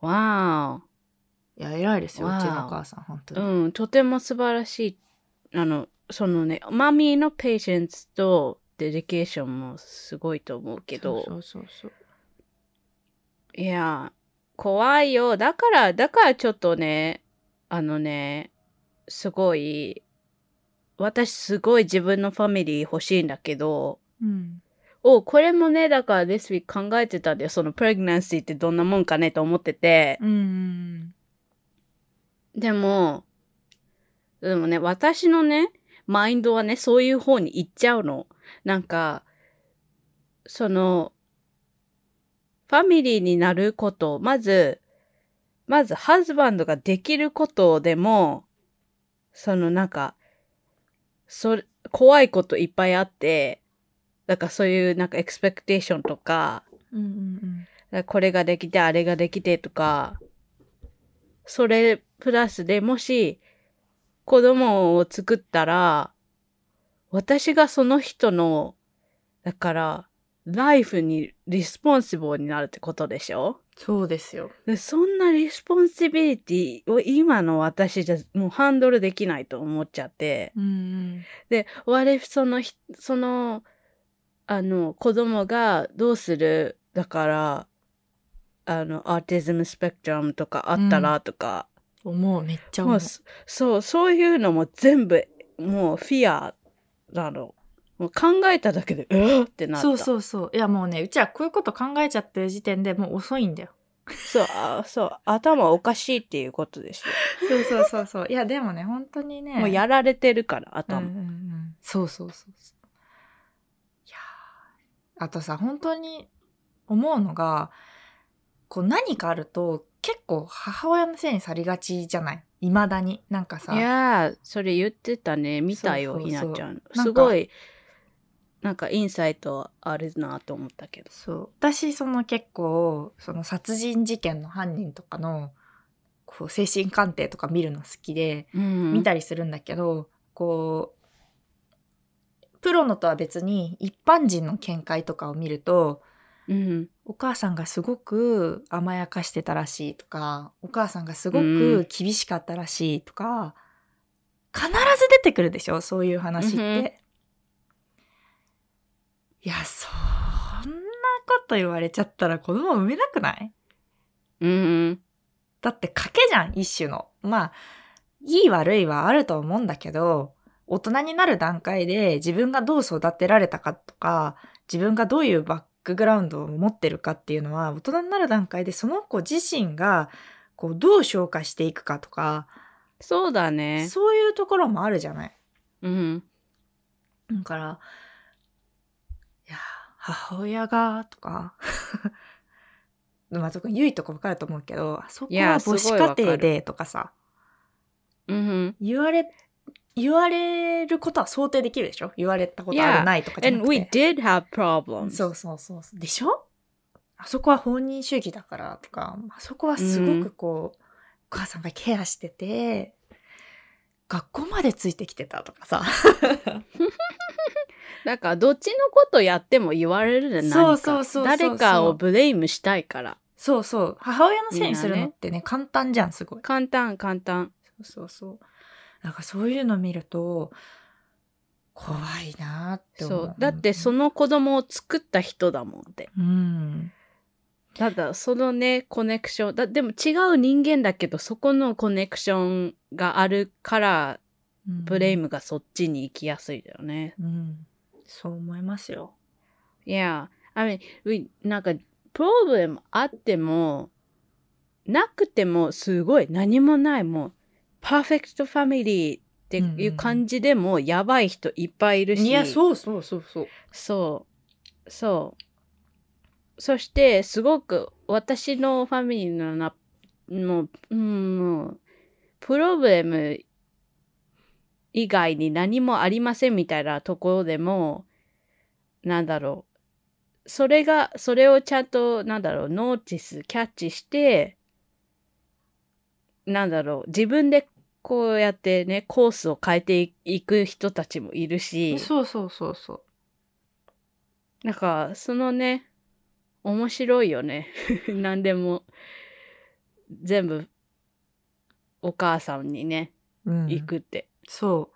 わいや、偉いですよ、うわーちのお母さん、ほんとに。 ー。うん、とても素晴らしい。あの、そのね、マミーのペーシェンスとデデケーションもすごいと思うけど、 そうそうそうそう。 いや、怖いよ。だから、だからちょっとね、あのね、すごい、私すごい自分のファミリー欲しいんだけど、 うん。 お、これもね、だから this week 考えてたんだよ。そのプレグナンシーってどんなもんかねと思ってて。 うん。 でも、でもね、私のね、マインドはね、そういう方に行っちゃうの。なんか、その、ファミリーになること、まず、まず、ハズバンドができることでも、そのなんか、それ、怖いこといっぱいあって、だからそういうなんかエクスペクテーションとか、 うんうんうん。 これができて、あれができてとか、それプラスでもし子供を作ったら、私がその人の、だから、ライフにリスポンシブルになるってことでしょ？ そうですよ。 でそんなリスポンシビリティを今の私じゃもうハンドルできないと思っちゃって。 うんうん。 で、what if そのひ、その、あの、子供がどうする？だから、あの、アーティズムスペクトラムとかあったらとか、 思う、めっちゃ思う。 もうそ、そう、そういうのも全部、もうフィアなの。もう考えただけで、うわってなった。 そうそうそう。いやもうね、うちはこういうこと考えちゃってる時点でもう遅いんだよ。 そう、あそう、頭おかしいっていうことですよ。 そうそうそうそう。いやでもね、本当にね。 もうやられてるから、 うん頭。 うんうん。そうそうそうそう。いやーあとさ、本当に思うのが、こう何かあると結構母親のせいにされがちじゃない？未だに。なんかさ。 いやー、それ言ってたね。見たよ、 そうそうそうひなちゃん。 なんかすごい、なんかインサイトあるなと思ったけど。 そう。私、その結構、その殺人事件の犯人とかの、こう、精神鑑定とか見るの好きで、 うん、 見たりするんだけど、こう、プロのとは別に一般人の見解とかを見ると、 うん、 お母さんがすごく甘やかしてたらしいとか、お母さんがすごうくん厳しかったらしいとか、必ず出てくるでしょ、そういう話って。 うんいや、そんなこと言われちゃったら子供産めなくない？ うん、 だって賭けじゃん、一種の。まあ、いい悪いはあると思うんだけど、大人になる段階で自分がどう育てられたかとか、自分がどういうバックグラウンドを持ってるかっていうのは、大人になる段階でその子自身が、こう、どう消化していくかとか、 そうだね。 そういうところもあるじゃない。 うん。 だから、いや、母親が、とか、まあ、特にゆいとか分かると思うけど、あそこは母子家庭でとかさ、 うん、 言われ、言われることは想定できるでしょ？言われたことあるないとかじゃなく And て。 we did have problems. そうそうそうそう。でしょ？あそこは本人主義だからとか、あそこはすごくこう、お母さんがケアしてて、学校までついてきてたとかさ。 なんかどっちのことやっても言われるね、何か。 そうそうそうそうそう誰かをブレイムしたいから。 そうそう。母親のせいにするのってね、簡単じゃん、すごい。 簡単、簡単。 そうそうそう。なんかそういうの見ると、怖いなって思う。 そう。だってその子供を作った人だもんで。 うん。 ただ、そのね、コネクション。だでも違う人間だけど、そこのコネクションがあるから、うん、ブレイムがそっちに行きやすいだよね。 うん。そう思いますよ。 いや、I mean, なんか、プロブレムあっても、なくてもすごい何もないもう、パーフェクトファミリーっていう感じでもやばい人いっぱいいるし。 いや、そうそうそうそう。 そう。そう。そして、すごく私のファミリーのな、もう、うん、もう、プロブレム以外に何もありませんみたいなところでも、なんだろう。それが、それをちゃんと、なんだろう、ノーティス、キャッチして、なんだろう、自分でこうやってね、コースを変えていく人たちもいるし。 そうそうそうそう。 なんか、そのね、面白いよね。何でも、全部、お母さんにね、うん、行くって。 そう。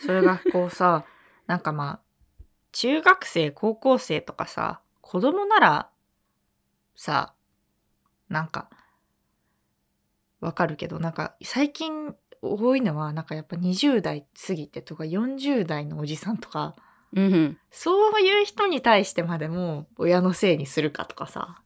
それがこうさ、なんかまあ、中学生、高校生とかさ、子供なら、さ、なんか、わかるけど、なんか最近多いのは、なんかやっぱにじゅう代過ぎてとかよんじゅう代のおじさんとか、 うん、 そういう人に対してまでも親のせいにするかとかさ。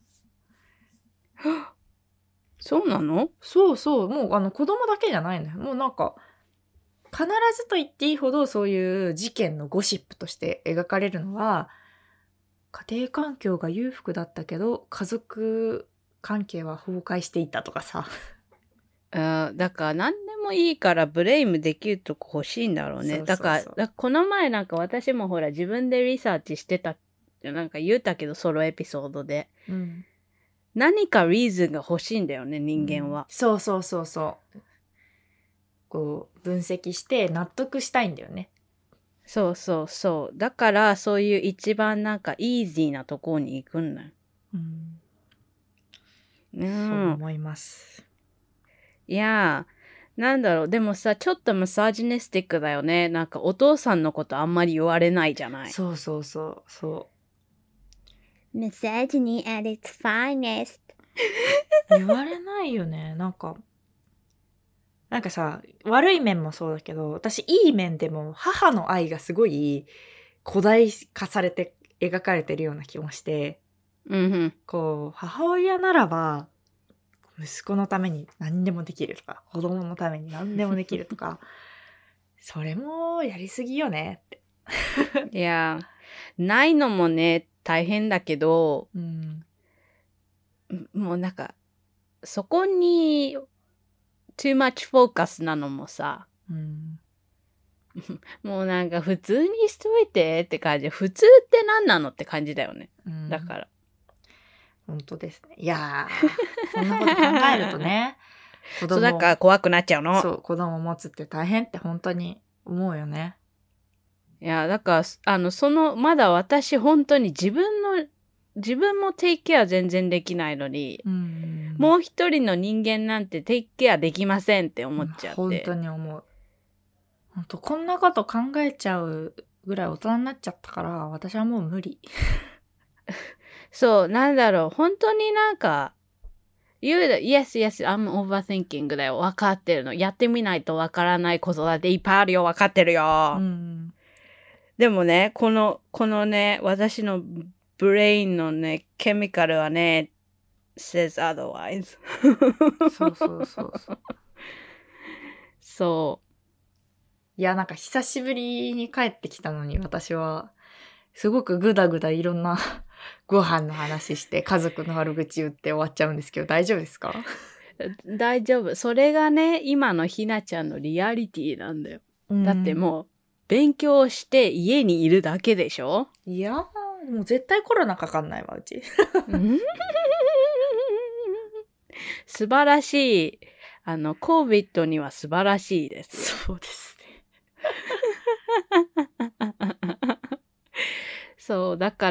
そうなの？ そうそう。もうあの子供だけじゃないのよ。もうなんか、必ずと言っていいほどそういう事件のゴシップとして描かれるのは、家庭環境が裕福だったけど、家族関係は崩壊していたとかさ。 あだから何でもいいからブレイムできるとこ欲しいんだろうね。そうそうそうだから、この前なんか私もほら自分でリサーチしてたってなんか言うたけど、ソロエピソードで。うん、何かリーズンが欲しいんだよね、人間は。うん、 そうそうそうそう。こう、分析して納得したいんだよね。 そうそうそう。だからそういう一番なんかイージーなところに行くんだよ。うん。 うん、そう思います。 いやー、なんだろう。でもさ、ちょっとミソジニスティックだよね。なんかお父さんのことあんまり言われないじゃない。 そうそうそうそう。 Misogyny at its finest 言われないよね。なんか、なんかさ、悪い面もそうだけど、私いい面でも母の愛がすごい古代化されて描かれてるような気もして、 うんうん、 こう、母親ならば、息子のために何でもできるとか、子供のために何でもできるとか、それもやりすぎよねって。 いや、ないのもね、大変だけど、うん、もうなんか、そこに、too much focus なのもさ、うん、もうなんか普通にしといてって感じ。普通って何なのって感じだよね。うん、だから。 本当ですね。いやー、そんなこと考えるとね。 子供そうだから怖くなっちゃうの。 そう、子供持つって大変って本当に思うよね。 いや、だから、あの、その、まだ私本当に自分の、自分もテイクケア全然できないのに、うん、もう一人の人間なんてテイクケアできませんって思っちゃって。 本当に思う。本当こんなこと考えちゃうぐらい大人になっちゃったから、私はもう無理。 そう、なんだろう、本当になんか、言うだ、yes, yes, I'm overthinking だよ。分かってるの。やってみないと分からないことだっていっぱいあるよ。分かってるよ。うん、でもね、この、このね、私のブレインのね、ケミカルはね、says otherwise そうそうそうそう。 そう。 いや、なんか久しぶりに帰ってきたのに私は、すごくぐだぐだいろんなご飯の話して家族の悪口言って終わっちゃうんですけど、大丈夫ですか？ 大丈夫。それがね、今のひなちゃんのリアリティなんだよ。だってもう、勉強して家にいるだけでしょ？ いやー、もう絶対コロナかかんないわ、うち。 素晴らしい。あの、コービッドには素晴らしいです。 そうですね。 そう、だから、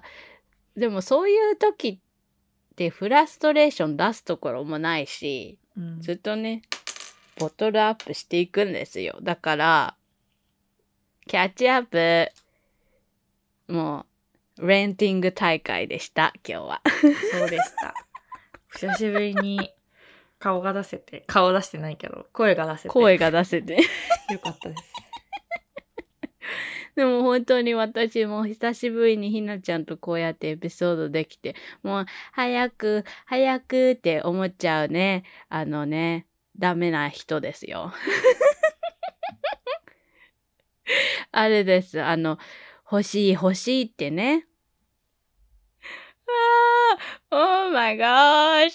でもそういう時ってフラストレーション出すところもないし、 うん、 ずっとね、ボトルアップしていくんですよ。だから、キャッチアップ、もう、レンティング大会でした、今日は。 そうでした。久しぶりに顔が出せて、顔出してないけど、声が出せて。 声が出せて。 よかったです。 でも本当に私も久しぶりにひなちゃんとこうやってエピソードできて、もう早く、早くって思っちゃうね。あのね、ダメな人ですよ。あれです。あの、欲しい欲しいってね。ああ、Oh my gosh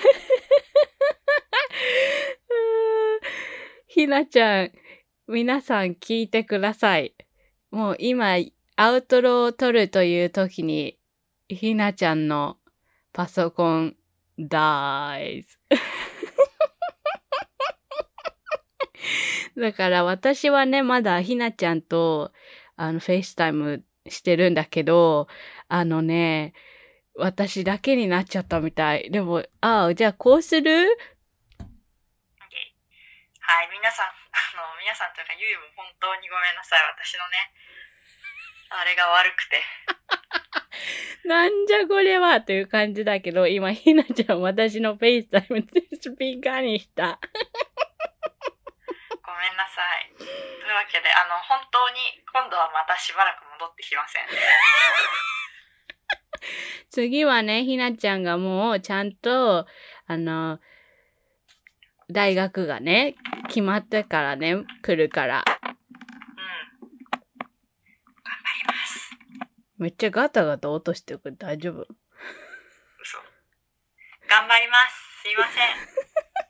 ひなちゃん、皆さん聞いてください。もう今、アウトロを撮るという時に、ひなちゃんのパソコン、dies だから私はね、まだひなちゃんと、あの、フェイスタイムしてるんだけど、あのね、私だけになっちゃったみたい。でも、ああ、じゃあこうする？はい、 皆さん、あの、皆さんというか、ゆいも本当にごめんなさい。私のね、あれが悪くて。 なんじゃこれはという感じだけど、今、ひなちゃん私のフェイスタイムでスピーカーにした。 ごめんなさい。というわけで、あの、本当に今度はまたしばらく戻ってきません。 次はね、ひなちゃんがもうちゃんと、あの、大学がね、決まってからね、来るから。うん。頑張ります。めっちゃガタガタ落としてるから大丈夫？ 嘘。頑張ります。すいません。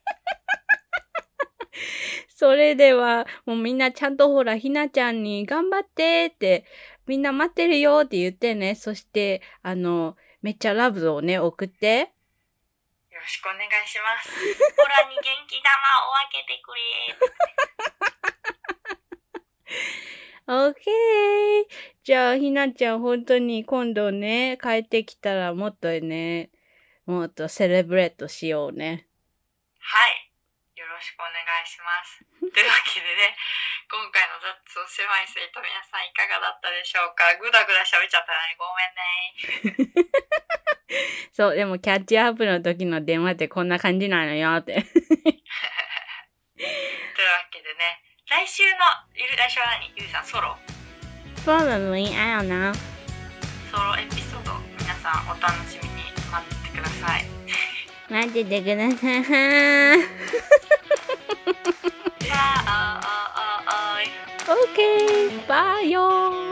それでは、もうみんなちゃんとほら、ひなちゃんに頑張ってって、みんな待ってるよって言ってね。そして、あの、めっちゃラブをね、送って。よろしくお願いします。ほらに元気玉を分けてくれ。 オッケー。じゃあ、ひなちゃん本当に今度ね、帰ってきたらもっとね、もっとセレブレートしようね。 はい。よろしくお願いします。というわけでね、今回の雑草狭いスイート皆さんいかがだったでしょうか。ぐだぐだ喋っちゃったのにごめんね。 そう、でもキャッチアップの時の電話ってこんな感じなのよって。というわけでね、来週の、来週は何？ゆうさんソロ？ Probably, I don't know. ソロエピソード、皆さんお楽しみに待っててください。 待っててください。 バイ。 オッケー、バイよー。